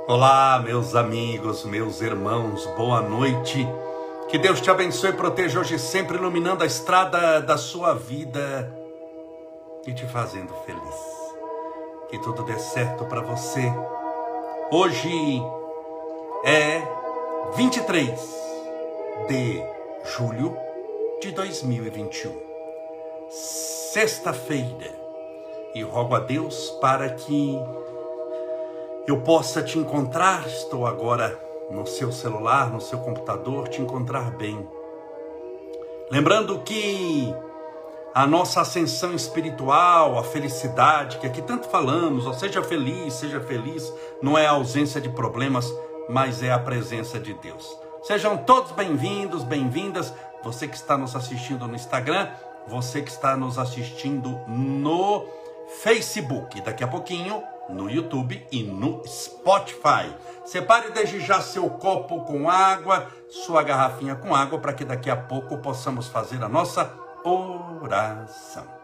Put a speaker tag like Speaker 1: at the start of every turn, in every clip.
Speaker 1: Olá, meus amigos, meus irmãos, boa noite. Que Deus te abençoe e proteja hoje sempre, iluminando a estrada da sua vida e te fazendo feliz. Que tudo dê certo para você. Hoje é 23 de julho de 2021, sexta-feira, e rogo a Deus para que eu possa te encontrar. Estou agora no seu celular, no seu computador, te encontrar bem. Lembrando que a nossa ascensão espiritual, a felicidade, que aqui tanto falamos, ó, seja feliz, não é a ausência de problemas, mas é a presença de Deus. Sejam todos bem-vindos, bem-vindas, você que está nos assistindo no Instagram, você que está nos assistindo no Facebook, daqui a pouquinho no YouTube e no Spotify. Separe desde já seu copo com água, sua garrafinha com água, para que daqui a pouco possamos fazer a nossa oração.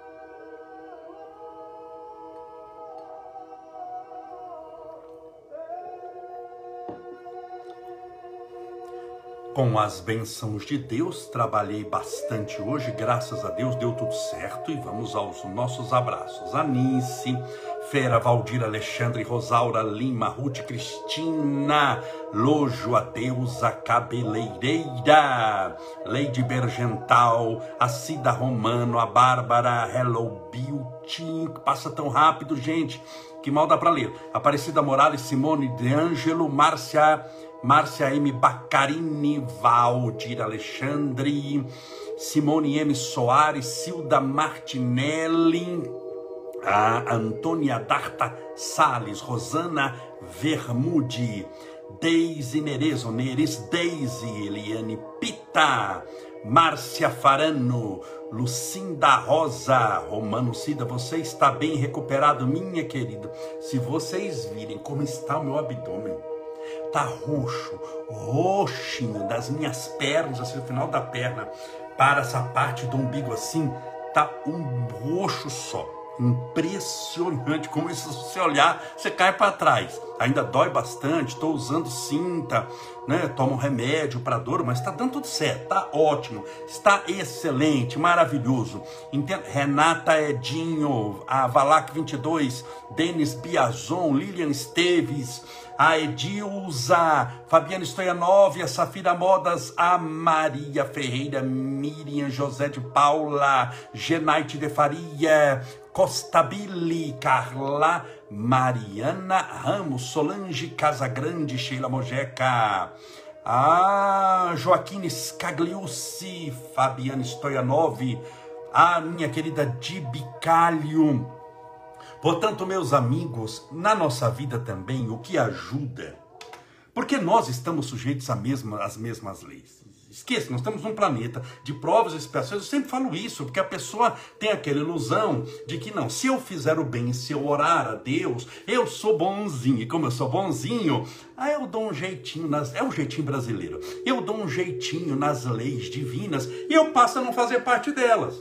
Speaker 1: Com as bênçãos de Deus, trabalhei bastante hoje, graças a Deus deu tudo certo, e vamos aos nossos abraços. Anice, Fera, Valdir, Alexandre, Rosaura, Lima, Ruth, Cristina, Lojo, a Deusa Cabeleireira, Leide Bergental, a Cida Romano, a Bárbara, Hello Beauty, passa tão rápido, gente, que mal dá para ler. Aparecida Morales, Simone de Ângelo, Márcia M. Bacarini, Valdir Alexandre, Simone M. Soares, Silda Martinelli, a Antônia Darta Salles, Rosana Vermude, Deise Nerezo, Neres Deise, Eliane Pita, Márcia Farano, Lucinda Rosa, Romano Cida, você está bem recuperado, minha querida? Se vocês virem como está o meu abdômen, tá roxo, roxinho, das minhas pernas, assim, no final da perna, para essa parte do umbigo assim, tá um roxo só. Impressionante como isso, se você olhar, você cai para trás. Ainda dói bastante, estou usando cinta, né? Tomo remédio para dor, mas está dando tudo certo, está ótimo, está excelente, maravilhoso. Renata Edinho, a Valac 22, Denis Biazon, Lilian Esteves, a Edilza, Fabiana Stoianov, a Safira Modas, a Maria Ferreira, Miriam José de Paula, Genaite de Faria, Costabile, Carla, Mariana Ramos, Solange Casagrande, Sheila Mojeca, a Joaquim Scagliucci, Fabiana Stoianov, a minha querida Dibicalho. Portanto, meus amigos, na nossa vida também, o que ajuda, porque nós estamos sujeitos às mesmas leis. Esqueça, nós estamos num planeta de provas e expiações. Eu sempre falo isso, porque a pessoa tem aquela ilusão de que não, se eu fizer o bem, se eu orar a Deus, eu sou bonzinho. E como eu sou bonzinho, eu dou um jeitinho, é o jeitinho brasileiro, eu dou um jeitinho nas leis divinas e eu passo a não fazer parte delas.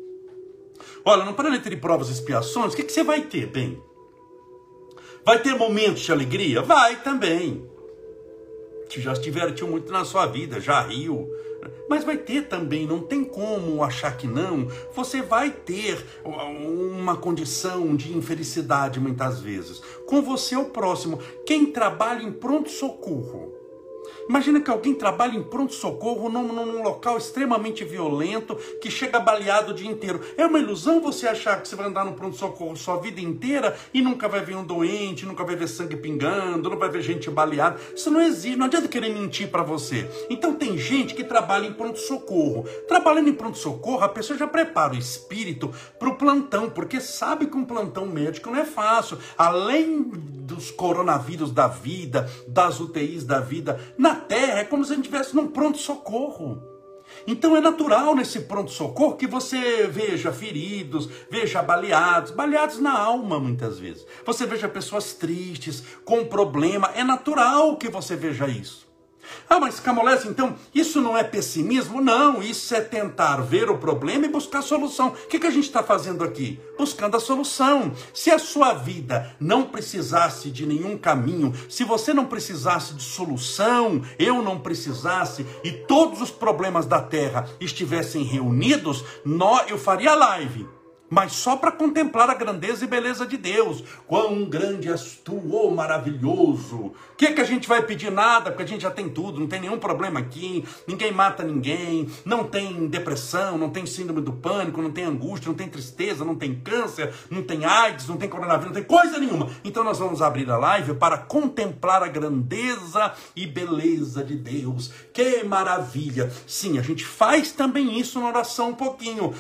Speaker 1: Olha, no planeta de provas e expiações, o que você vai ter, bem? Vai ter momentos de alegria? Vai também. Já se divertiu muito na sua vida, já riu, mas vai ter também, não tem como achar que não. Você vai ter uma condição de infelicidade muitas vezes, com você ou próximo. Quem trabalha em pronto-socorro, imagina que alguém trabalha em pronto-socorro num local extremamente violento, que chega baleado o dia inteiro. É uma ilusão você achar que você vai andar no pronto-socorro sua vida inteira e nunca vai ver um doente, nunca vai ver sangue pingando, não vai ver gente baleada. Isso não existe, não adianta querer mentir para você. Então tem gente que trabalha em pronto-socorro. Trabalhando em pronto-socorro, a pessoa já prepara o espírito para o plantão, porque sabe que um plantão médico não é fácil. Além dos coronavírus da vida, das UTIs da vida, na Terra é como se a gente estivesse num pronto-socorro. Então é natural nesse pronto-socorro que você veja feridos, veja baleados na alma muitas vezes. Você veja pessoas tristes, com problema, é natural que você veja isso. Ah, mas Camolés, então, isso não é pessimismo? Não, isso é tentar ver o problema e buscar a solução. O que a gente está fazendo aqui? Buscando a solução. Se a sua vida não precisasse de nenhum caminho, se você não precisasse de solução, eu não precisasse, e todos os problemas da terra estivessem reunidos, eu faria live. Mas só para contemplar a grandeza e beleza de Deus. Quão grande és tu, oh maravilhoso. O que a gente vai pedir? Nada, porque a gente já tem tudo, não tem nenhum problema aqui, ninguém mata ninguém, não tem depressão, não tem síndrome do pânico, não tem angústia, não tem tristeza, não tem câncer, não tem AIDS, não tem coronavírus, não tem coisa nenhuma. Então nós vamos abrir a live para contemplar a grandeza e beleza de Deus. Que maravilha! Sim, a gente faz também isso na oração um pouquinho,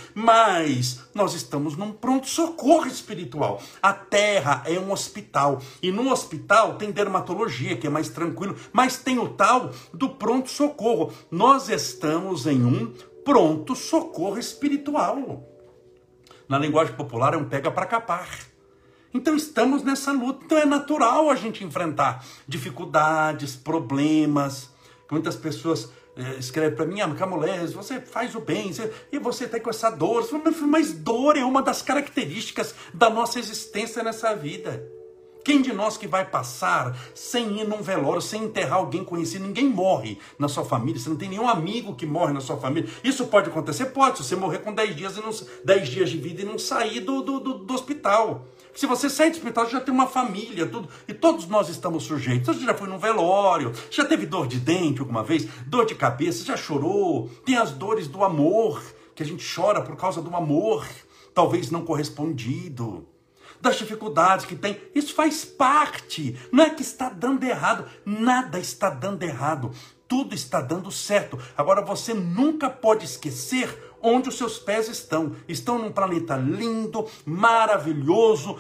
Speaker 1: mas nós estamos num pronto-socorro espiritual. A terra é um hospital, e no hospital tem dermatologia, que é mais tranquilo, mas tem o tal do pronto-socorro. Nós estamos em um pronto-socorro espiritual. Na linguagem popular é um pega para capar. Então estamos nessa luta. Então é natural a gente enfrentar dificuldades, problemas. Muitas pessoas escreve para mim: Camolés, você faz o bem, e você está com essa dor. Mas dor é uma das características da nossa existência nessa vida. Quem de nós que vai passar sem ir num velório, sem enterrar alguém conhecido? Ninguém morre na sua família, você não tem nenhum amigo que morre na sua família. Isso pode acontecer? Pode, se você morrer com 10 dias de vida e não sair do hospital. Se você sair do hospital, já tem uma família, tudo, e todos nós estamos sujeitos. Você já foi num velório, já teve dor de dente alguma vez, dor de cabeça, já chorou, tem as dores do amor, que a gente chora por causa do amor, talvez não correspondido, das dificuldades que tem. Isso faz parte, não é que está dando errado, nada está dando errado, tudo está dando certo. Agora você nunca pode esquecer onde os seus pés estão. Estão num planeta lindo, maravilhoso,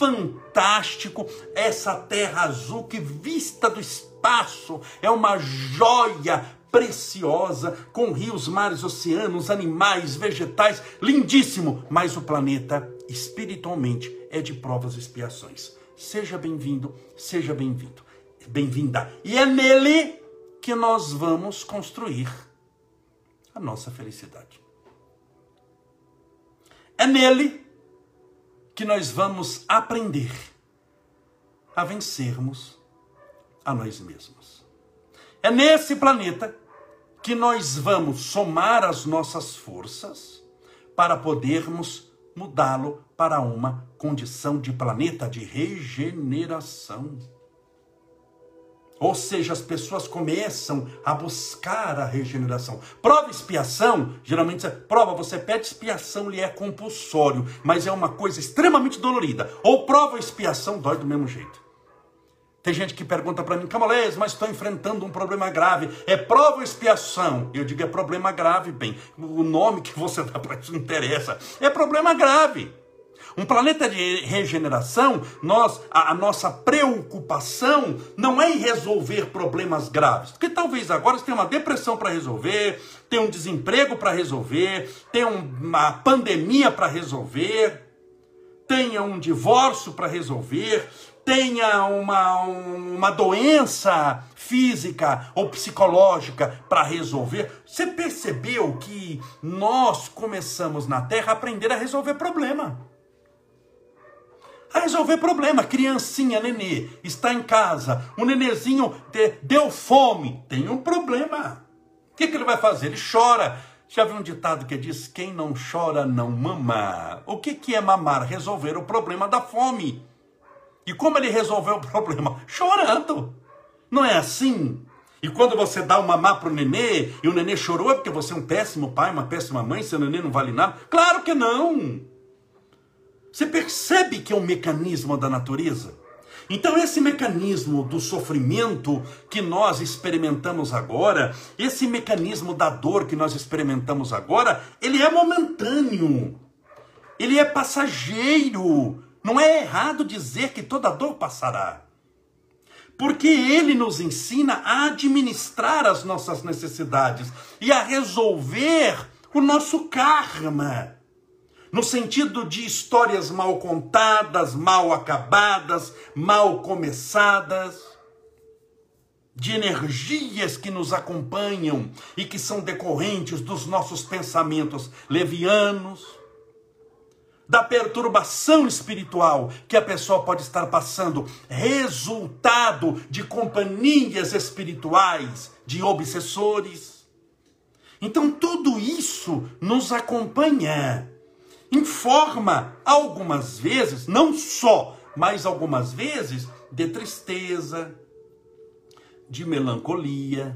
Speaker 1: fantástico. Essa terra azul que, vista do espaço, é uma joia preciosa, com rios, mares, oceanos, animais, vegetais, lindíssimo. Mas o planeta, espiritualmente, é de provas e expiações. Seja bem-vindo, seja bem-vindo, bem-vinda. E é nele que nós vamos construir a nossa felicidade. É nele que nós vamos aprender a vencermos a nós mesmos. É nesse planeta que nós vamos somar as nossas forças para podermos mudá-lo para uma condição de planeta de regeneração. Ou seja, as pessoas começam a buscar a regeneração. Prova e expiação, geralmente, prova, você pede expiação, ele é compulsório, mas é uma coisa extremamente dolorida. Ou prova e expiação dói do mesmo jeito. Tem gente que pergunta para mim: Camolés, mas estou enfrentando um problema grave. É prova ou expiação? Eu digo: é problema grave, bem. O nome que você dá para isso não interessa. É problema grave. Um planeta de regeneração, a nossa preocupação não é em resolver problemas graves. Porque talvez agora você tenha uma depressão para resolver, tem um desemprego para resolver, tem uma pandemia para resolver, tenha um divórcio para resolver, tenha uma doença física ou psicológica para resolver. Você percebeu que nós começamos na Terra a aprender a resolver problema? A resolver problema. Criancinha, nenê, está em casa, o nenezinho deu fome, tem um problema. O que ele vai fazer? Ele chora. Já viu um ditado que diz: quem não chora não mama. O que é mamar? Resolver o problema da fome. E como ele resolveu o problema? Chorando. Não é assim? E quando você dá um mamar para o nenê, e o nenê chorou, é porque você é um péssimo pai, uma péssima mãe, seu nenê não vale nada? Claro que não. Você percebe que é um mecanismo da natureza? Então esse mecanismo do sofrimento que nós experimentamos agora, esse mecanismo da dor que nós experimentamos agora, ele é momentâneo, ele é passageiro. Não é errado dizer que toda dor passará, porque ele nos ensina a administrar as nossas necessidades e a resolver o nosso karma. No sentido de histórias mal contadas, mal acabadas, mal começadas. de energias que nos acompanham e que são decorrentes dos nossos pensamentos levianos, da perturbação espiritual que a pessoa pode estar passando, resultado de companhias espirituais, de obsessores. Então tudo isso nos acompanha em forma, algumas vezes, não só, mas algumas vezes, de tristeza, de melancolia.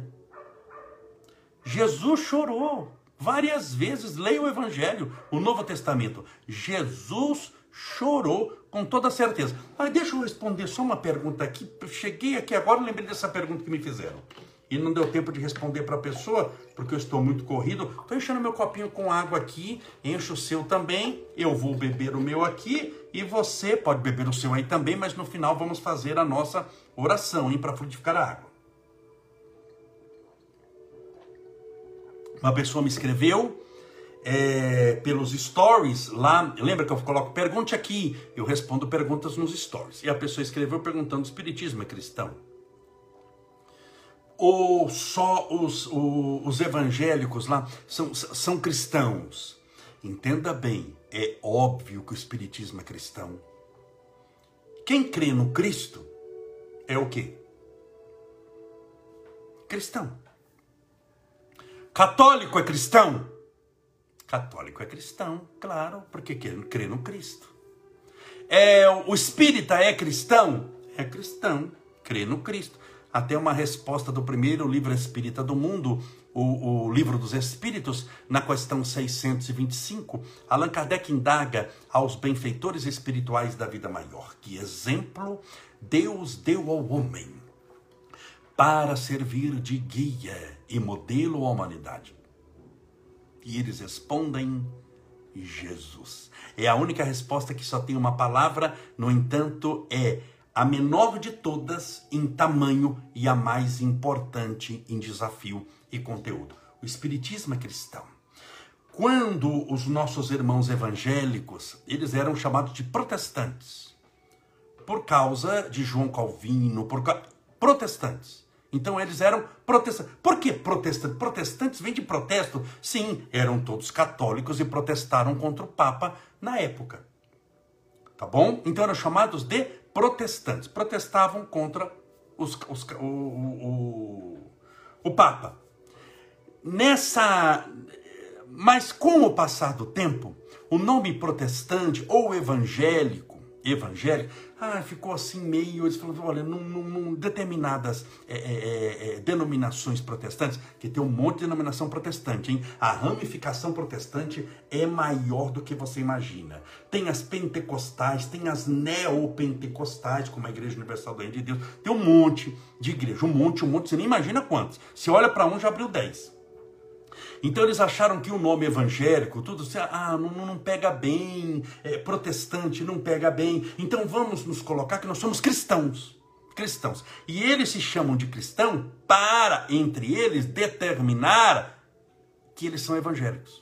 Speaker 1: Jesus chorou várias vezes. Leia o Evangelho, o Novo Testamento. Jesus chorou com toda certeza. Mas deixa eu responder só uma pergunta aqui. Eu cheguei aqui agora e lembrei dessa pergunta que me fizeram. E não deu tempo de responder para a pessoa, porque eu estou muito corrido. Estou enchendo meu copinho com água aqui, encho o seu também. Eu vou beber o meu aqui e você pode beber o seu aí também, mas no final vamos fazer a nossa oração, hein, para frutificar a água. Uma pessoa me escreveu pelos stories lá, lembra que eu coloco pergunte aqui, eu respondo perguntas nos stories. E a pessoa escreveu perguntando: o espiritismo é cristão? Ou só os evangélicos lá são cristãos? Entenda bem, é óbvio que o espiritismo é cristão. Quem crê no Cristo é o quê? Cristão. Católico é cristão? Católico é cristão, claro, porque crê no Cristo. O espírita é cristão? É cristão, crê no Cristo. Até uma resposta do primeiro livro espírita do mundo, o Livro dos Espíritos, na questão 625, Allan Kardec indaga aos benfeitores espirituais da vida maior: que exemplo Deus deu ao homem para servir de guia e modelo à humanidade? E eles respondem: Jesus. É a única resposta que só tem uma palavra, no entanto, é a menor de todas em tamanho e a mais importante em desafio e conteúdo. O espiritismo é cristão. Quando os nossos irmãos evangélicos, eles eram chamados de protestantes, por causa de João Calvino, protestantes. Então eles eram protestantes. Por que protestantes? Protestantes vem de protesto. Sim, eram todos católicos e protestaram contra o Papa na época. Tá bom? Então eram chamados de protestantes. Protestavam contra o Papa. Mas com o passar do tempo, o nome protestante ou evangélico, ficou assim meio, eles falaram: olha, determinadas denominações protestantes, que tem um monte de denominação protestante, hein? A ramificação protestante é maior do que você imagina. Tem as pentecostais, tem as neopentecostais, como a Igreja Universal do Reino de Deus, tem um monte de igreja, um monte, você nem imagina quantos. Se olha para um, já abriu 10. Então eles acharam que o nome evangélico, tudo assim, não pega bem, protestante não pega bem, então vamos nos colocar que nós somos cristãos. E eles se chamam de cristão para, entre eles, determinar que eles são evangélicos.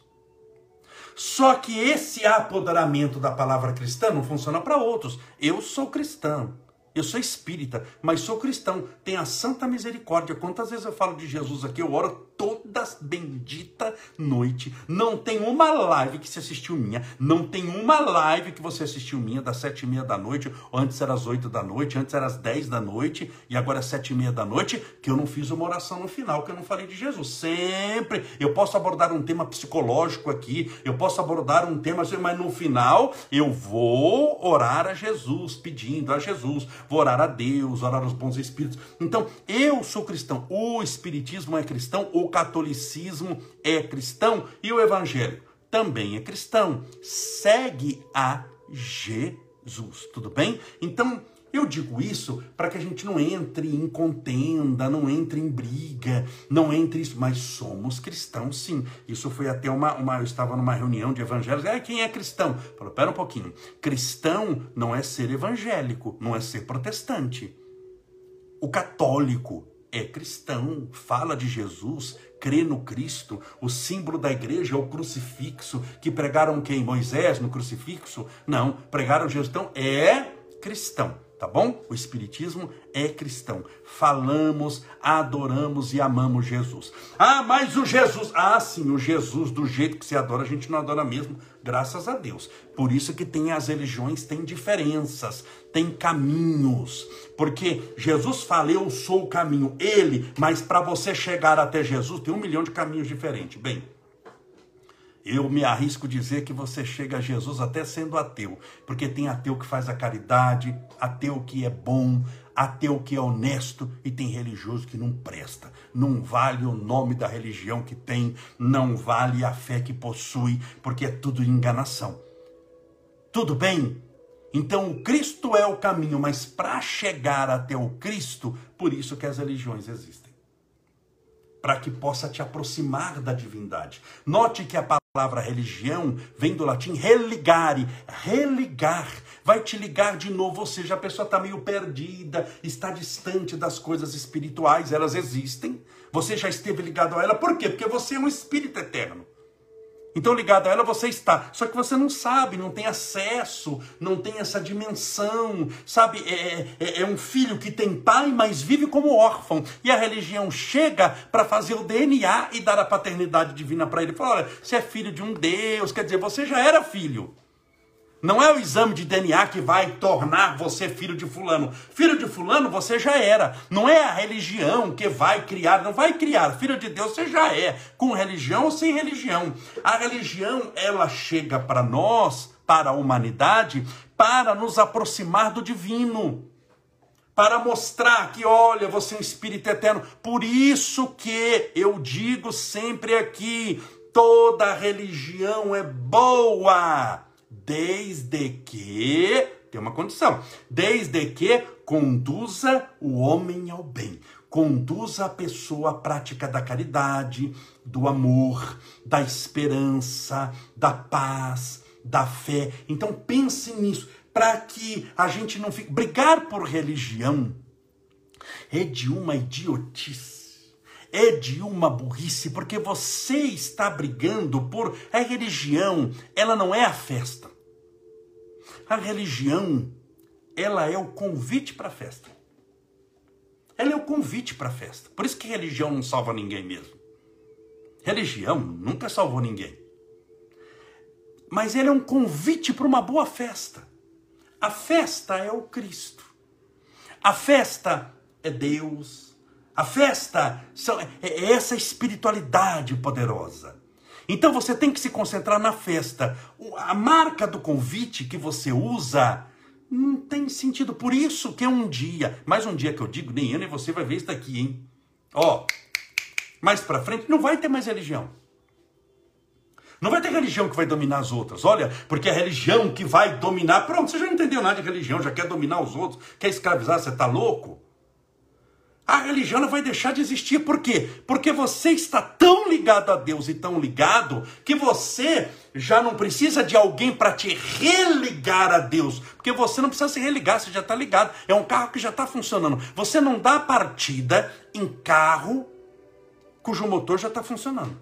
Speaker 1: Só que esse apoderamento da palavra cristã não funciona para outros. Eu sou cristão. Eu sou espírita, mas sou cristão. Tenho a santa misericórdia. Quantas vezes eu falo de Jesus aqui? Eu oro toda bendita noite. Não tem uma live que você assistiu minha. Não tem uma live que você assistiu minha das 7h30 da noite. Ou antes era às 8 da noite. Antes era às 10 da noite. E agora é 7h30 da noite. Que eu não fiz uma oração no final. Que eu não falei de Jesus. Sempre. Eu posso abordar um tema psicológico aqui. Eu posso abordar um tema. Mas no final eu vou orar a Jesus. Pedindo a Jesus. Vou orar a Deus, orar aos bons espíritos. Então, eu sou cristão. O espiritismo é cristão, o catolicismo é cristão e o evangelho também é cristão. Segue a Jesus, tudo bem? Então, eu digo isso para que a gente não entre em contenda, não entre em briga, não entre isso, mas somos cristãos sim. Isso foi até eu estava numa reunião de evangélicos, quem é cristão? Falei: pera um pouquinho, cristão não é ser evangélico, não é ser protestante. O católico é cristão, fala de Jesus, crê no Cristo. O símbolo da igreja é o crucifixo, que pregaram quem? Moisés no crucifixo? Não, pregaram Jesus, então é cristão. Tá bom? O Espiritismo é cristão. Falamos, adoramos e amamos Jesus. Ah, mas o Jesus... Ah, sim, o Jesus do jeito que se adora, a gente não adora mesmo, graças a Deus. Por isso que tem as religiões, tem diferenças, tem caminhos. Porque Jesus fala, eu sou o caminho, ele, mas para você chegar até Jesus, tem 1 milhão de caminhos diferentes. Bem, eu me arrisco dizer que você chega a Jesus até sendo ateu, porque tem ateu que faz a caridade, ateu que é bom, ateu que é honesto, e tem religioso que não presta. Não vale o nome da religião que tem, não vale a fé que possui, porque é tudo enganação. Tudo bem? Então o Cristo é o caminho, mas para chegar até o Cristo, por isso que as religiões existem. Para que possa te aproximar da divindade. Note que a palavra religião vem do latim religare, religar, vai te ligar de novo, ou seja, a pessoa está meio perdida, está distante das coisas espirituais, elas existem, você já esteve ligado a ela, por quê? Porque você é um espírito eterno. Então ligado a ela você está, só que você não sabe, não tem acesso, não tem essa dimensão, sabe, é um filho que tem pai, mas vive como órfão, e a religião chega para fazer o DNA e dar a paternidade divina para ele, fala, olha, você é filho de um Deus, quer dizer, você já era filho. Não é o exame de DNA que vai tornar você filho de fulano. Filho de fulano você já era. Não é a religião que vai criar, não vai criar. Filho de Deus você já é, com religião ou sem religião. A religião, ela chega para nós, para a humanidade, para nos aproximar do divino. Para mostrar que, olha, você é um espírito eterno. Por isso que eu digo sempre aqui, toda religião é boa. Desde que, tem uma condição, desde que conduza o homem ao bem, conduza a pessoa à prática da caridade, do amor, da esperança, da paz, da fé. Então pense nisso, para que a gente não fique... Brigar por religião é de uma idiotice, é de uma burrice, porque você está brigando por... A religião, ela não é a festa. A religião, ela é o convite para a festa. Ela é o convite para a festa. Por isso que religião não salva ninguém mesmo. Religião nunca salvou ninguém. Mas ela é um convite para uma boa festa. A festa é o Cristo. A festa é Deus. A festa é essa espiritualidade poderosa. Então você tem que se concentrar na festa. A marca do convite que você usa não tem sentido. Por isso que um dia, mais um dia que eu digo, nem eu nem você vai ver isso daqui, hein? Ó, mais pra frente não vai ter mais religião. Não vai ter religião que vai dominar as outras. Olha, porque a religião que vai dominar... Pronto, você já não entendeu nada de religião, já quer dominar os outros, quer escravizar, você tá louco? A religião não vai deixar de existir. Por quê? Porque você está tão ligado a Deus e tão ligado que você já não precisa de alguém para te religar a Deus. Porque você não precisa se religar, você já está ligado. É um carro que já está funcionando. Você não dá partida em carro cujo motor já está funcionando.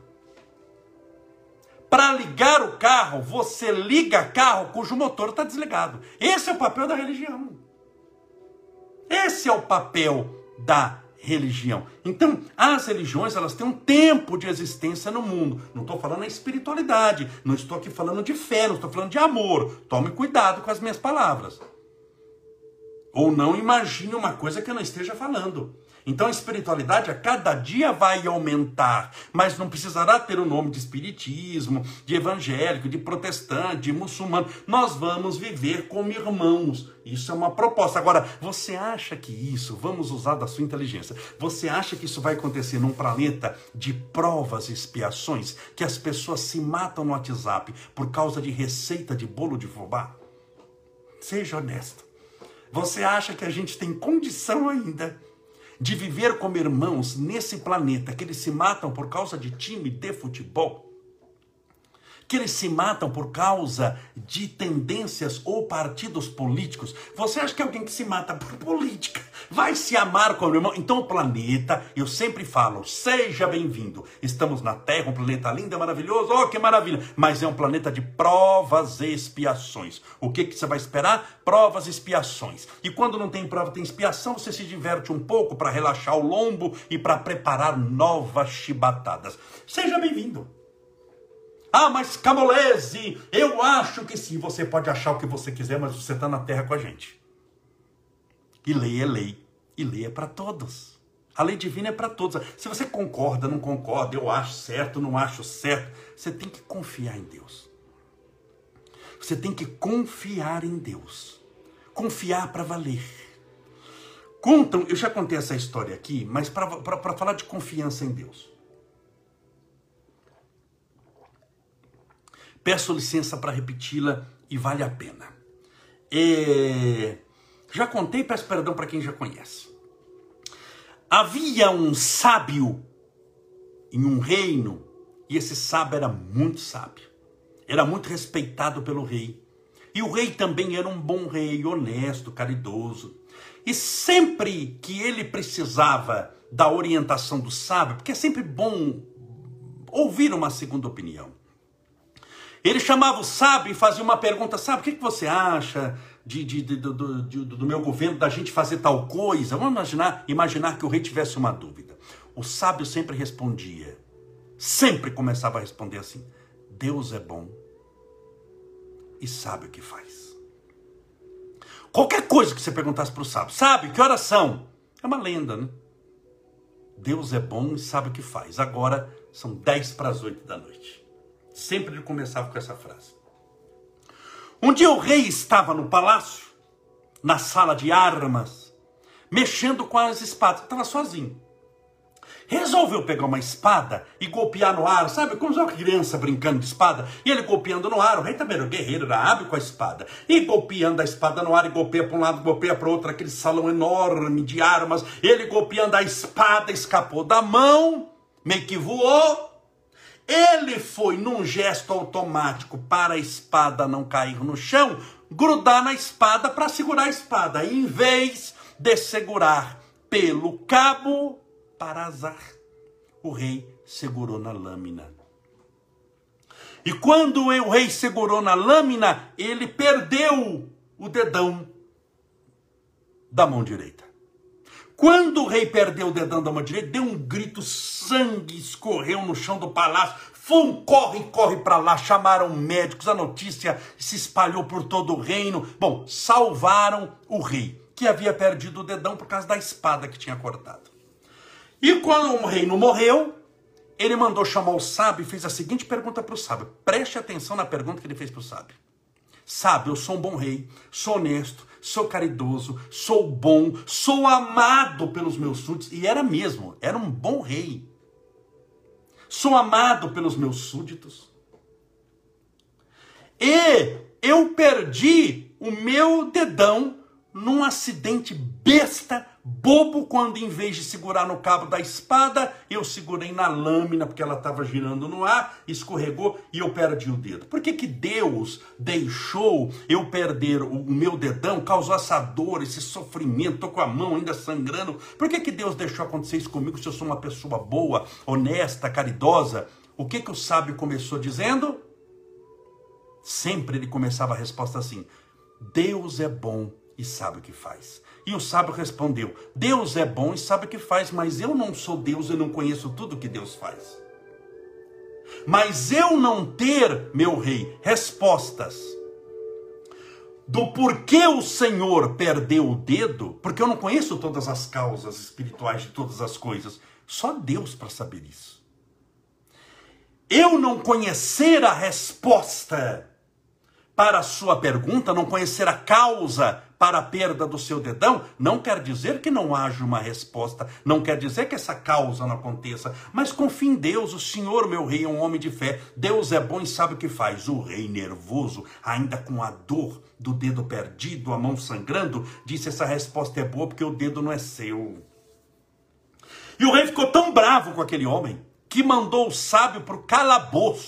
Speaker 1: Para ligar o carro, você liga carro cujo motor está desligado. Esse é o papel da religião. Esse é o papel da religião. Então, as religiões, elas têm um tempo de existência no mundo. Não estou falando da espiritualidade, não estou aqui falando de fé, não estou falando de amor. Tome cuidado com as minhas palavras. Ou não imagine uma coisa que eu não esteja falando. Então a espiritualidade a cada dia vai aumentar, mas não precisará ter o nome de espiritismo, de evangélico, de protestante, de muçulmano. Nós vamos viver como irmãos. Isso é uma proposta. Agora, você acha que isso, vamos usar da sua inteligência, você acha que isso vai acontecer num planeta de provas e expiações, que as pessoas se matam no WhatsApp por causa de receita de bolo de fubá? Seja honesto. Você acha que a gente tem condição ainda de viver como irmãos nesse planeta que eles se matam por causa de time de futebol? que eles se matam por causa de tendências ou partidos políticos. Você acha que alguém que se mata por política vai se amar como irmão? Então o planeta, eu sempre falo, seja bem-vindo. Estamos na Terra, um planeta lindo, maravilhoso, oh que maravilha, mas é um planeta de provas e expiações. O que você vai esperar? Provas e expiações. E quando não tem prova, tem expiação, você se diverte um pouco para relaxar o lombo e para preparar novas chibatadas. Seja bem-vindo. Ah, mas Camolese, eu acho que sim. Você pode achar o que você quiser, mas você está na Terra com a gente. E lei é lei. E lei é para todos. A lei divina é para todos. Se você concorda, não concorda, eu acho certo, não acho certo, você tem que confiar em Deus. Você tem que confiar em Deus. Confiar para valer. Contam, eu já contei essa história aqui, mas para falar de confiança em Deus. Peço licença para repeti-la e vale a pena. Já contei, peço perdão para quem já conhece. Havia um sábio em um reino, e esse sábio era muito sábio. Era muito respeitado pelo rei. E o rei também era um bom rei, honesto, caridoso. E sempre que ele precisava da orientação do sábio, porque é sempre bom ouvir uma segunda opinião, ele chamava o sábio e fazia uma pergunta: sábio, o que você acha do meu governo, da gente fazer tal coisa? Vamos imaginar que o rei tivesse uma dúvida. O sábio sempre respondia, sempre começava a responder assim: Deus é bom e sabe o que faz. Qualquer coisa que você perguntasse para o sábio: sábio, que horas são? É uma lenda, né? Deus é bom e sabe o que faz. Agora são 7:50 da noite. Sempre ele começava com essa frase. Um dia o rei estava no palácio, na sala de armas, mexendo com as espadas. Estava sozinho. Resolveu pegar uma espada e golpear no ar. Sabe, como uma criança brincando de espada? E ele golpeando no ar. O rei também era guerreiro, era hábil com a espada. E golpeando a espada no ar, e golpeia para um lado, golpeia para o outro. Aquele salão enorme de armas. Ele golpeando a espada, escapou da mão, meio que voou. Ele foi num gesto automático para a espada não cair no chão, grudar na espada para segurar a espada. E em vez de segurar pelo cabo, para azar, o rei segurou na lâmina. E quando o rei segurou na lâmina, ele perdeu o dedão da mão direita. Quando o rei perdeu o dedão da mão direita, deu um grito, sangue escorreu no chão do palácio. Corre para lá, chamaram médicos, a notícia se espalhou por todo o reino. Bom, salvaram o rei, que havia perdido o dedão por causa da espada que tinha cortado. E quando o reino morreu, ele mandou chamar o sábio e fez a seguinte pergunta para o sábio. Preste atenção na pergunta que ele fez para o sábio. Sábio, eu sou um bom rei, sou honesto, sou caridoso, sou bom, sou amado pelos meus súditos. E era mesmo, era um bom rei. Sou amado pelos meus súditos. E eu perdi o meu dedão num acidente besta, bobo, quando em vez de segurar no cabo da espada, eu segurei na lâmina, porque ela estava girando no ar, escorregou e eu perdi o dedo. Por que Deus deixou eu perder o meu dedão, causou essa dor, esse sofrimento, estou com a mão ainda sangrando? Por que Deus deixou acontecer isso comigo se eu sou uma pessoa boa, honesta, caridosa? O que o sábio começou dizendo? Sempre ele começava a resposta assim: Deus é bom e sabe o que faz. E o sábio respondeu: Deus é bom e sabe o que faz, mas eu não sou Deus e não conheço tudo o que Deus faz. Mas eu não ter, meu rei, respostas do porquê o Senhor perdeu o dedo, porque eu não conheço todas as causas espirituais de todas as coisas, só Deus para saber isso. Eu não conhecer a resposta para a sua pergunta, não conhecer a causa para a perda do seu dedão, não quer dizer que não haja uma resposta, não quer dizer que essa causa não aconteça, mas confie em Deus. O Senhor, meu rei, é um homem de fé, Deus é bom e sabe o que faz. O rei, nervoso, ainda com a dor do dedo perdido, a mão sangrando, disse: essa resposta é boa porque o dedo não é seu. E o rei ficou tão bravo com aquele homem, que mandou o sábio para o calabouço,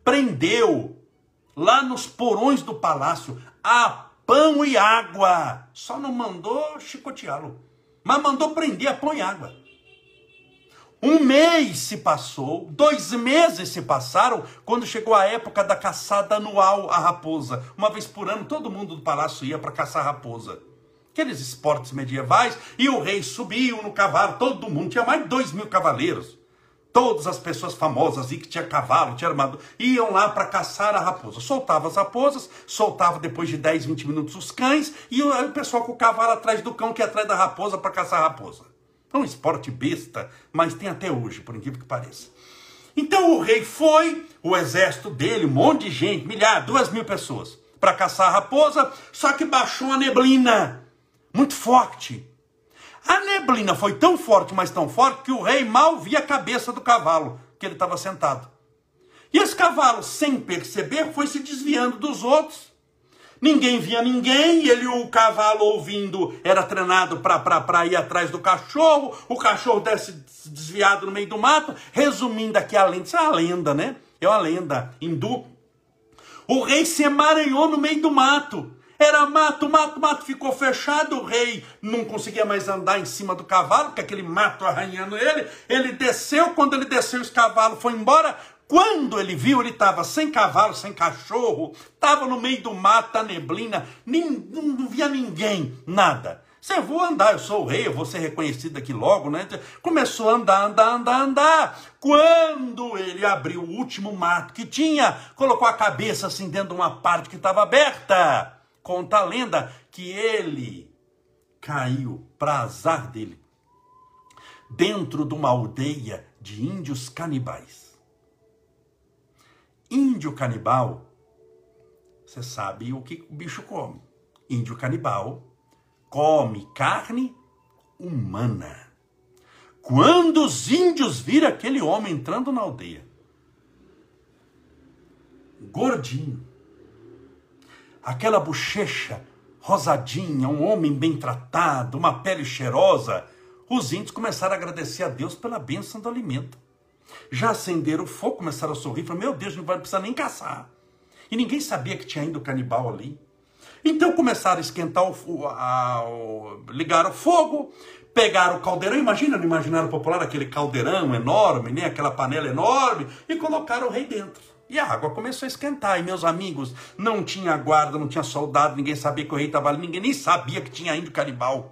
Speaker 1: prendeu lá nos porões do palácio a pão e água. Só não mandou chicoteá-lo, mas mandou prender a pão e água. 1 mês se passou, 2 meses se passaram, quando chegou a época da caçada anual à raposa. Uma vez por ano, todo mundo do palácio ia para caçar raposa. Aqueles esportes medievais, e o rei subiu no cavalo, todo mundo, tinha mais de 2.000 cavaleiros. Todas as pessoas famosas e que tinha cavalo, tinha armadura, iam lá para caçar a raposa. Soltava as raposas, soltava depois de 10, 20 minutos os cães, e o pessoal com o cavalo atrás do cão, que ia atrás da raposa para caçar a raposa. É um esporte besta, mas tem até hoje, por incrível que pareça. Então o rei foi, o exército dele, um monte de gente, 2.000 pessoas, para caçar a raposa, só que baixou a neblina, muito forte. A neblina foi tão forte, mas tão forte, que o rei mal via a cabeça do cavalo, que ele estava sentado. E esse cavalo, sem perceber, foi se desviando dos outros. Ninguém via ninguém, o cavalo ouvindo, era treinado para ir atrás do cachorro, o cachorro desce desviado no meio do mato. Resumindo aqui a lenda, isso é uma lenda, né? É uma lenda hindu. O rei se emaranhou no meio do mato. Era mato, mato, mato, ficou fechado, o rei não conseguia mais andar em cima do cavalo, porque aquele mato arranhando ele. Ele desceu, quando ele desceu, os cavalos foram embora. Quando ele viu, ele estava sem cavalo, sem cachorro, estava no meio do mato, da neblina, não via ninguém, nada. Eu vou andar, eu sou o rei, eu vou ser reconhecido aqui logo, né? Começou a andar. Quando ele abriu o último mato que tinha, colocou a cabeça assim dentro de uma parte que estava aberta. Conta a lenda que ele caiu, para azar dele, dentro de uma aldeia de índios canibais. Índio canibal, você sabe o que o bicho come. Índio canibal come carne humana. Quando os índios viram aquele homem entrando na aldeia, gordinho, aquela bochecha rosadinha, um homem bem tratado, uma pele cheirosa, os índios começaram a agradecer a Deus pela bênção do alimento. Já acenderam o fogo, começaram a sorrir, falaram, meu Deus, não vai precisar nem caçar. E ninguém sabia que tinha ainda o canibal ali. Então começaram a esquentar, ligaram o fogo, pegaram o caldeirão, imagina no imaginário popular, aquele caldeirão enorme, né, aquela panela enorme, e colocaram o rei dentro. E a água começou a esquentar, e meus amigos, não tinha guarda, não tinha soldado, ninguém sabia que o rei estava ali, ninguém nem sabia que tinha índio canibal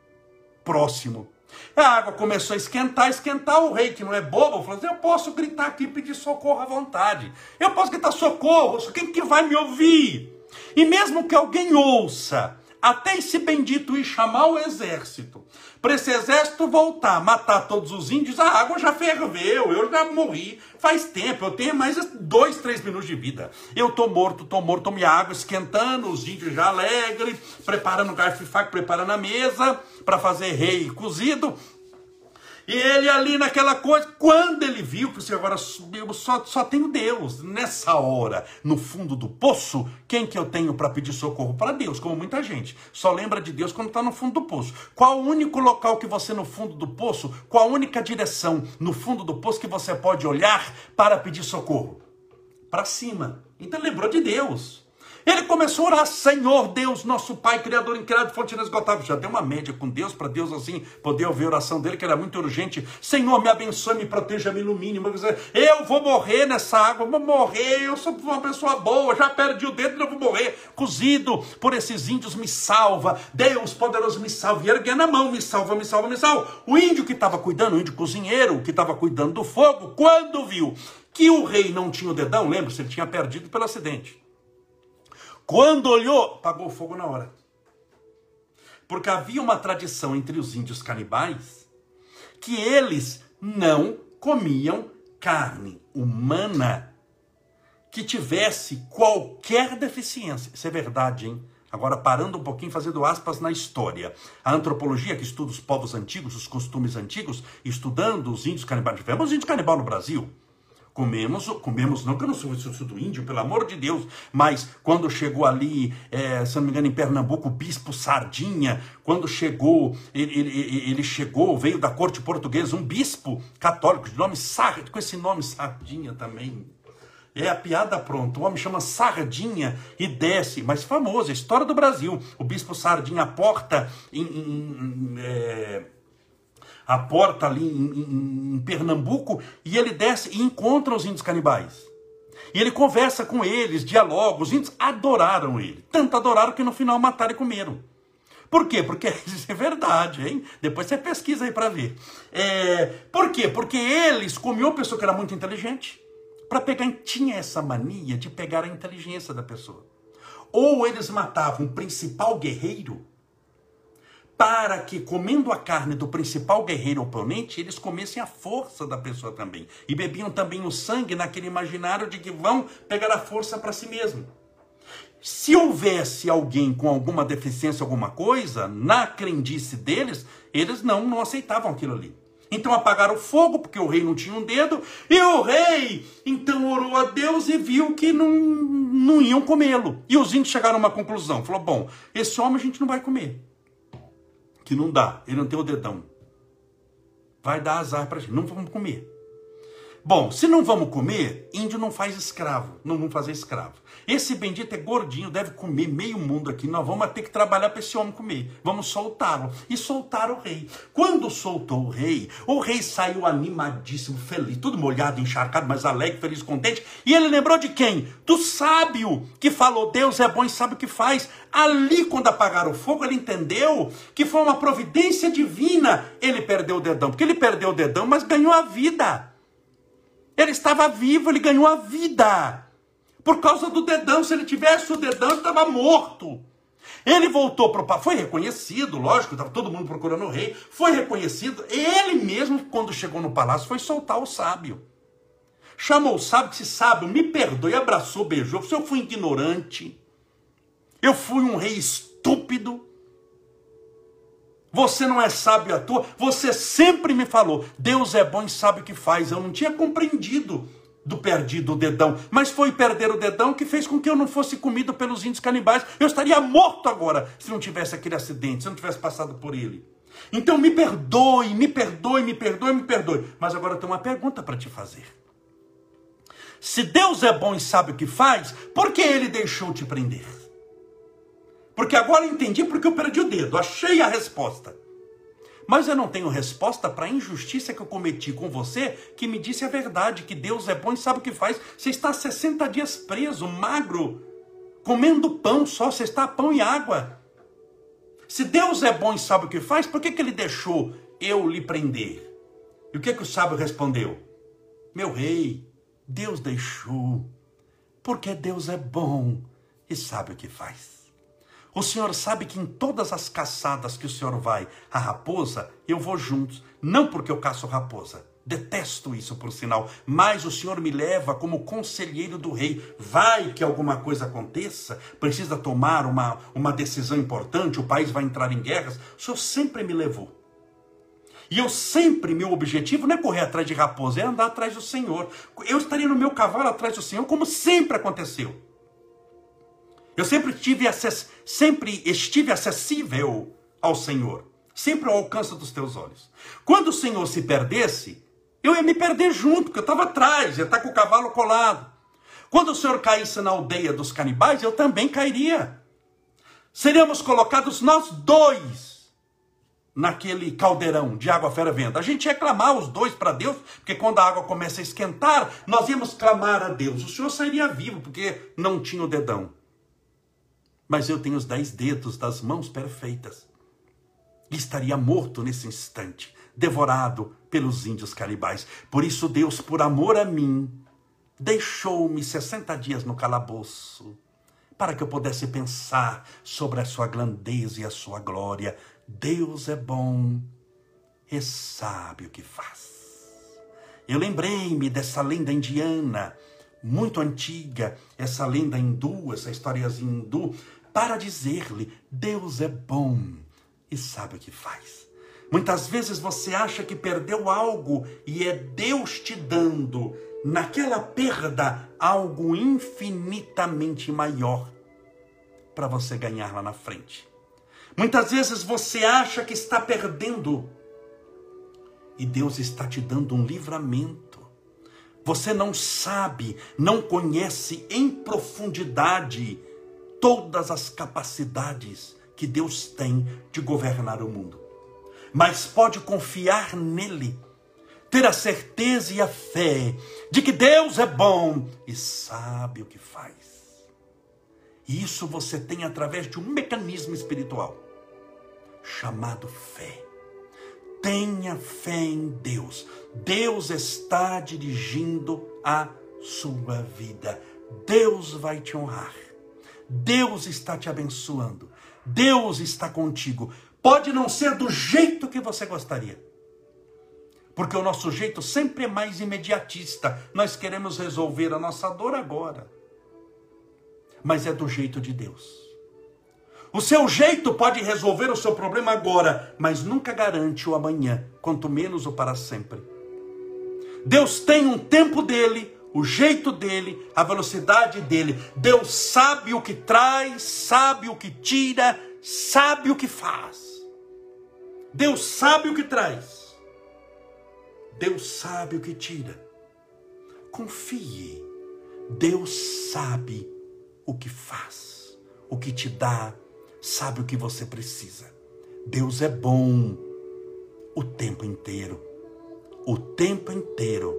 Speaker 1: próximo. A água começou a esquentar, o rei, que não é bobo, falou assim, eu posso gritar aqui e pedir socorro à vontade. Eu posso gritar socorro, quem que vai me ouvir? E mesmo que alguém ouça, até esse bendito ir chamar o exército, para esse exército voltar, matar todos os índios, a água já ferveu, eu já morri faz tempo, eu tenho mais 2, 3 minutos de vida. Eu tô morto, minha água esquentando, os índios já alegres, preparando garfo e faca, preparando a mesa para fazer rei cozido. E ele ali naquela coisa, quando ele viu que agora eu só tenho Deus, nessa hora, no fundo do poço, quem que eu tenho para pedir socorro? Para Deus, como muita gente. Só lembra de Deus quando está no fundo do poço. Qual o único local que você no fundo do poço, qual a única direção no fundo do poço que você pode olhar para pedir socorro? Para cima. Então lembrou de Deus. Ele começou a orar, Senhor Deus, nosso Pai, Criador, incriado, fonte inesgotável. Já deu uma média com Deus, para Deus assim poder ouvir a oração dele, que era muito urgente. Senhor, me abençoe, me proteja, me ilumine. Eu vou morrer nessa água, vou morrer, eu sou uma pessoa boa, já perdi o dedo e eu vou morrer. Cozido por esses índios, me salva. Deus poderoso, me salva. E erguendo a mão, me salva, me salva, me salva. O índio que estava cuidando, o índio cozinheiro, que estava cuidando do fogo, quando viu que o rei não tinha o dedão, lembra-se, ele tinha perdido pelo acidente. Quando olhou, apagou o fogo na hora. Porque havia uma tradição entre os índios canibais que eles não comiam carne humana que tivesse qualquer deficiência. Isso é verdade, hein? Agora, parando um pouquinho, fazendo aspas na história. A antropologia, que estuda os povos antigos, os costumes antigos, estudando os índios canibais. Tivemos índios canibais no Brasil. Comemos não, que eu não sou do índio, pelo amor de Deus, mas quando chegou ali, se não me engano, em Pernambuco, o bispo Sardinha, quando chegou, ele chegou, veio da corte portuguesa, um bispo católico, com esse nome Sardinha também, É a piada pronta. O homem chama Sardinha e desce, mas famoso, a história do Brasil. O bispo Sardinha aporta ali em Pernambuco, e ele desce e encontra os índios canibais. E ele conversa com eles, dialoga. Os índios adoraram ele. Tanto adoraram que no final mataram e comeram. Por quê? Porque isso é verdade, hein? Depois você pesquisa aí para ver. Por quê? Porque eles comiam uma pessoa que era muito inteligente. Para pegar, tinha essa mania de pegar a inteligência da pessoa. Ou eles matavam o principal guerreiro, para que, comendo a carne do principal guerreiro oponente, eles comessem a força da pessoa também. E bebiam também o sangue naquele imaginário de que vão pegar a força para si mesmo. Se houvesse alguém com alguma deficiência, alguma coisa, na crendice deles, eles não aceitavam aquilo ali. Então apagaram o fogo, porque o rei não tinha um dedo, e o rei então orou a Deus e viu que não iam comê-lo. E os índios chegaram a uma conclusão, falou, bom, esse homem a gente não vai comer. Que não dá, ele não tem o dedão. Vai dar azar pra gente, não vamos comer. Bom, se não vamos comer, índio não faz escravo, não vamos fazer escravo. Esse bendito é gordinho, deve comer meio mundo aqui, nós vamos ter que trabalhar para esse homem comer. Vamos soltá-lo. E soltaram o rei. Quando soltou o rei saiu animadíssimo, feliz, tudo molhado, encharcado, mas alegre, feliz, contente. E ele lembrou de quem? Do sábio, que falou, Deus é bom e sabe o que faz. Ali, quando apagaram o fogo, ele entendeu que foi uma providência divina. Ele perdeu o dedão, porque ele perdeu o dedão, mas ganhou a vida. Ele estava vivo, ele ganhou a vida. Por causa do dedão, se ele tivesse o dedão, ele estava morto. Ele voltou para o palácio, foi reconhecido, lógico, estava todo mundo procurando o rei, foi reconhecido. Ele mesmo, quando chegou no palácio, foi soltar o sábio. Chamou o sábio, disse, sábio, me perdoe, abraçou, beijou, se eu fui ignorante, eu fui um rei estúpido, você não é sábio à toa, você sempre me falou, Deus é bom e sabe o que faz. Eu não tinha compreendido do perdido o dedão, mas foi perder o dedão que fez com que eu não fosse comido pelos índios canibais. Eu estaria morto agora se não tivesse aquele acidente, se eu não tivesse passado por ele. Então me perdoe, me perdoe, me perdoe, me perdoe. Mas agora eu tenho uma pergunta para te fazer. Se Deus é bom e sabe o que faz, por que ele deixou te prender? Porque agora eu entendi porque eu perdi o dedo, achei a resposta. Mas eu não tenho resposta para a injustiça que eu cometi com você, que me disse a verdade, que Deus é bom e sabe o que faz. Você está 60 dias preso, magro, comendo pão só, você está a pão e água. Se Deus é bom e sabe o que faz, por que ele deixou eu lhe prender? E o que o sábio respondeu? Meu rei, Deus deixou, porque Deus é bom e sabe o que faz. O senhor sabe que em todas as caçadas que o senhor vai, a raposa, eu vou juntos. Não porque eu caço raposa. Detesto isso, por sinal. Mas o senhor me leva como conselheiro do rei. Vai que alguma coisa aconteça, precisa tomar uma decisão importante, o país vai entrar em guerras. O senhor sempre me levou. E eu sempre, meu objetivo não é correr atrás de raposa, é andar atrás do senhor. Eu estaria no meu cavalo atrás do senhor, como sempre aconteceu. Eu sempre estive acessível ao Senhor, sempre ao alcance dos teus olhos. Quando o Senhor se perdesse, eu ia me perder junto, porque eu estava atrás, ia estar com o cavalo colado. Quando o Senhor caísse na aldeia dos canibais, eu também cairia. Seríamos colocados nós dois naquele caldeirão de água fervendo. A gente ia clamar os dois para Deus, porque quando a água começa a esquentar, nós íamos clamar a Deus. O Senhor sairia vivo, porque não tinha o dedão. Mas eu tenho os 10 dedos das mãos perfeitas. E estaria morto nesse instante, devorado pelos índios canibais. Por isso Deus, por amor a mim, deixou-me 60 dias no calabouço, para que eu pudesse pensar sobre a sua grandeza e a sua glória. Deus é bom e sabe o que faz. Eu lembrei-me dessa lenda indiana, muito antiga, essa lenda hindu, essa historiazinha hindu, para dizer-lhe, Deus é bom e sabe o que faz. Muitas vezes você acha que perdeu algo e é Deus te dando, naquela perda, algo infinitamente maior para você ganhar lá na frente. Muitas vezes você acha que está perdendo e Deus está te dando um livramento. Você não sabe, não conhece em profundidade todas as capacidades que Deus tem de governar o mundo. Mas pode confiar nele, ter a certeza e a fé de que Deus é bom e sabe o que faz. E isso você tem através de um mecanismo espiritual chamado fé. Tenha fé em Deus. Deus está dirigindo a sua vida. Deus vai te honrar. Deus está te abençoando. Deus está contigo. Pode não ser do jeito que você gostaria, porque o nosso jeito sempre é mais imediatista. Nós queremos resolver a nossa dor agora, mas é do jeito de Deus. O seu jeito pode resolver o seu problema agora, mas nunca garante o amanhã, quanto menos o para sempre. Deus tem um tempo dele, o jeito dele, a velocidade dele. Deus sabe o que traz, sabe o que tira, sabe o que faz. Deus sabe o que traz. Deus sabe o que tira. Confie. Deus sabe o que faz, o que te dá, sabe o que você precisa. Deus é bom o tempo inteiro. O tempo inteiro.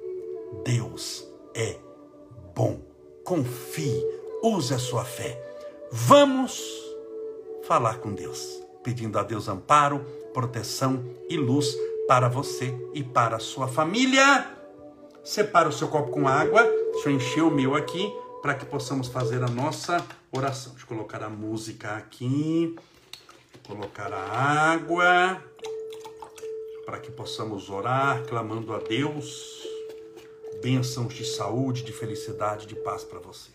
Speaker 1: Deus é bom. Confie, use a sua fé. Vamos falar com Deus, pedindo a Deus amparo, proteção e luz para você e para a sua família. Separa o seu copo com água. Deixa eu encher o meu aqui para que possamos fazer a nossa oração. Deixa eu colocar a música aqui. Colocar a água para que possamos orar, clamando a Deus bênçãos de saúde, de felicidade, de paz para você.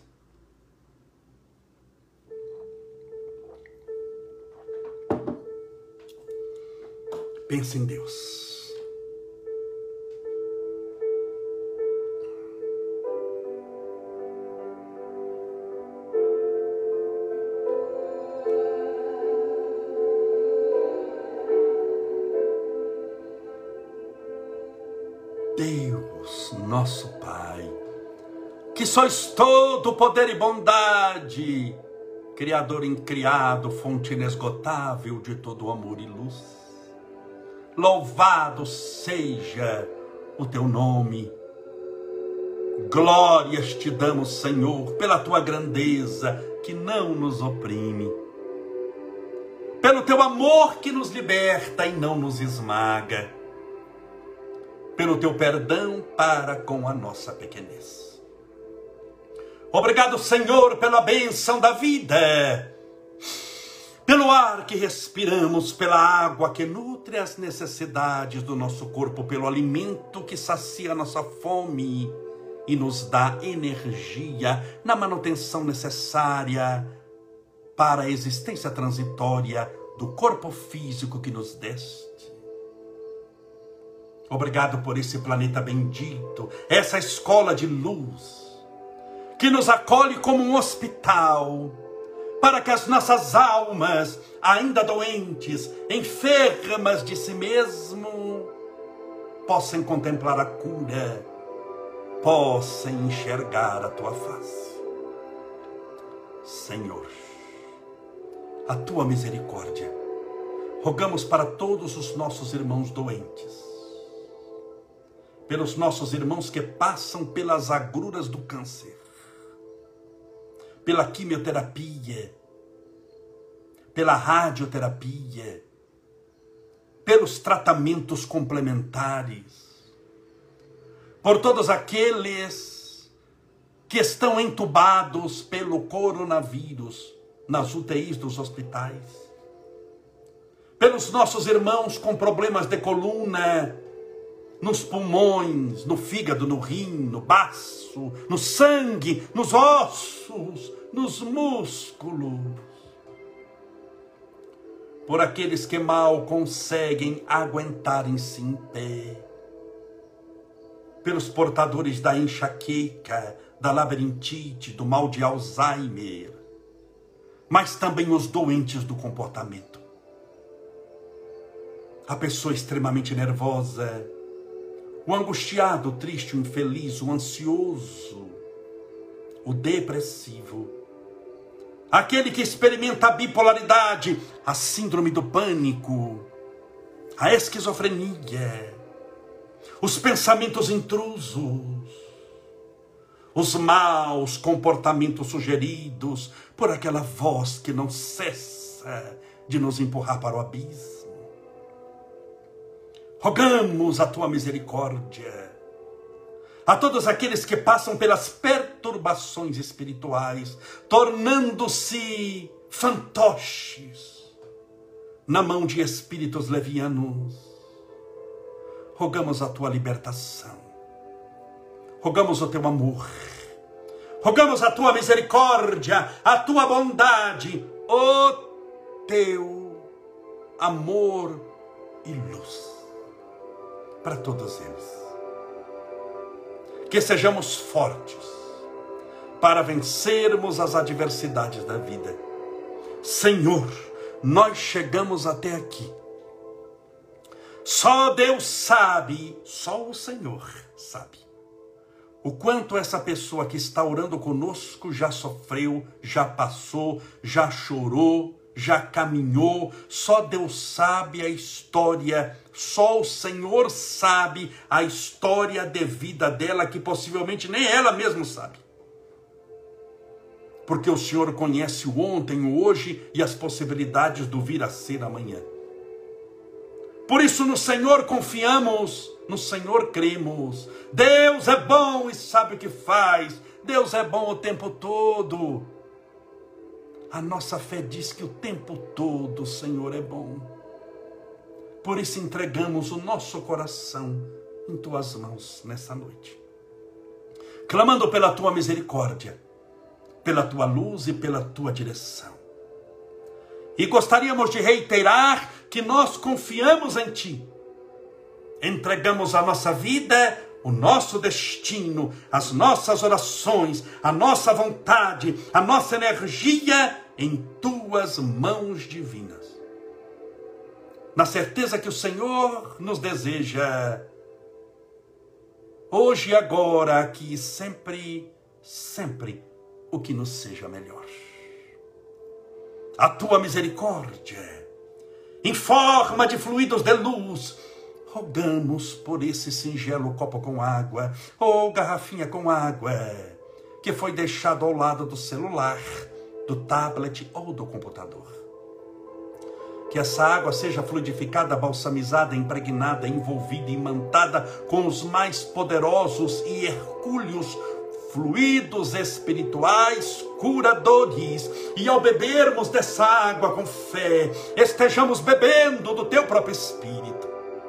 Speaker 1: Pensa em Deus. Deus, nosso Pai, que sois todo poder e bondade, Criador incriado, fonte inesgotável de todo amor e luz. Louvado seja o teu nome. Glórias te damos, Senhor, pela tua grandeza que não nos oprime, pelo teu amor que nos liberta e não nos esmaga, pelo teu perdão para com a nossa pequenez. Obrigado, Senhor, pela bênção da vida, pelo ar que respiramos, pela água que nutre as necessidades do nosso corpo, pelo alimento que sacia a nossa fome e nos dá energia na manutenção necessária para a existência transitória do corpo físico que nos deste. Obrigado por esse planeta bendito, essa escola de luz, que nos acolhe como um hospital, para que as nossas almas, ainda doentes, enfermas de si mesmo, possam contemplar a cura, possam enxergar a tua face. Senhor, a tua misericórdia, rogamos para todos os nossos irmãos doentes, pelos nossos irmãos que passam pelas agruras do câncer, pela quimioterapia, pela radioterapia, pelos tratamentos complementares, por todos aqueles que estão entubados pelo coronavírus nas UTIs dos hospitais, pelos nossos irmãos com problemas de coluna, nos pulmões, no fígado, no rim, no baço, no sangue, nos ossos, nos músculos. Por aqueles que mal conseguem aguentarem-se em pé. Pelos portadores da enxaqueca, da labirintite, do mal de Alzheimer. Mas também os doentes do comportamento. A pessoa extremamente nervosa, o angustiado, o triste, o infeliz, o ansioso, o depressivo, aquele que experimenta a bipolaridade, a síndrome do pânico, a esquizofrenia, os pensamentos intrusos, os maus comportamentos sugeridos por aquela voz que não cessa de nos empurrar para o abismo. Rogamos a tua misericórdia a todos aqueles que passam pelas perturbações espirituais, tornando-se fantoches na mão de espíritos levianos. Rogamos a tua libertação. Rogamos o teu amor. Rogamos a tua misericórdia, a tua bondade, o teu amor e luz para todos eles. Que sejamos fortes para vencermos as adversidades da vida. Senhor, nós chegamos até aqui. Só Deus sabe, só o Senhor sabe, o quanto essa pessoa que está orando conosco já sofreu, já passou, já chorou, já caminhou. Só Deus sabe a história, só o Senhor sabe a história de vida dela, que possivelmente nem ela mesma sabe. Porque o Senhor conhece o ontem, o hoje e as possibilidades do vir a ser amanhã. Por isso no Senhor confiamos, no Senhor cremos. Deus é bom e sabe o que faz. Deus é bom o tempo todo. A nossa fé diz que o tempo todo o Senhor é bom. Por isso entregamos o nosso coração em tuas mãos nessa noite, clamando pela tua misericórdia, pela tua luz e pela tua direção. E gostaríamos de reiterar que nós confiamos em ti. Entregamos a nossa vida, o nosso destino, as nossas orações, a nossa vontade, a nossa energia em tuas mãos divinas. Na certeza que o Senhor nos deseja, hoje e agora, aqui, sempre, sempre, o que nos seja melhor. A tua misericórdia, em forma de fluidos de luz, rogamos por esse singelo copo com água, ou garrafinha com água, que foi deixado ao lado do celular, do tablet ou do computador. Que essa água seja fluidificada, balsamizada, impregnada, envolvida, imantada com os mais poderosos e hercúleos fluidos espirituais curadores. E ao bebermos dessa água com fé, estejamos bebendo do teu próprio Espírito.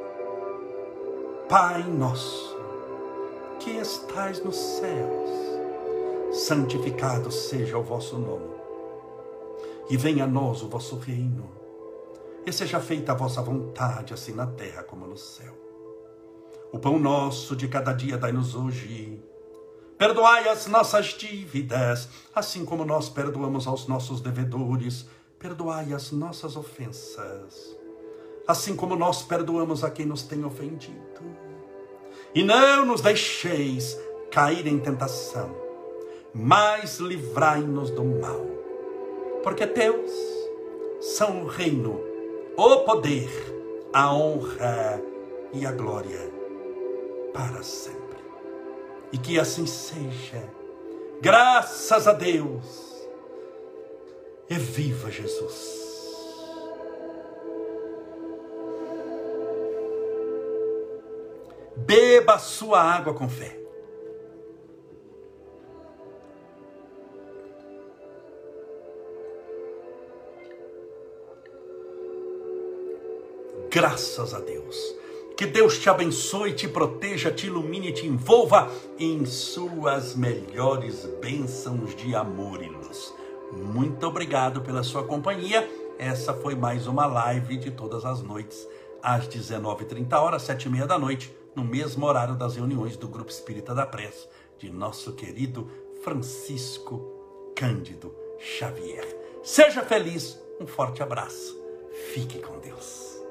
Speaker 1: Pai nosso, que estais nos céus, santificado seja o vosso nome. E venha a nós o vosso reino. E seja feita a vossa vontade, assim na terra como no céu. O pão nosso de cada dia dai-nos hoje. Perdoai as nossas dívidas, assim como nós perdoamos aos nossos devedores. Perdoai as nossas ofensas, assim como nós perdoamos a quem nos tem ofendido. E não nos deixeis cair em tentação, mas livrai-nos do mal. Porque teus são o reino, o poder, a honra e a glória para sempre. E que assim seja. Graças a Deus. E viva Jesus. Beba a sua água com fé. Graças a Deus. Que Deus te abençoe, te proteja, te ilumine, te envolva em suas melhores bênçãos de amor e luz. Muito obrigado pela sua companhia. Essa foi mais uma live de todas as noites, às 19h30, 7h30 da noite, no mesmo horário das reuniões do Grupo Espírita da Prece, de nosso querido Francisco Cândido Xavier. Seja feliz, um forte abraço. Fique com Deus.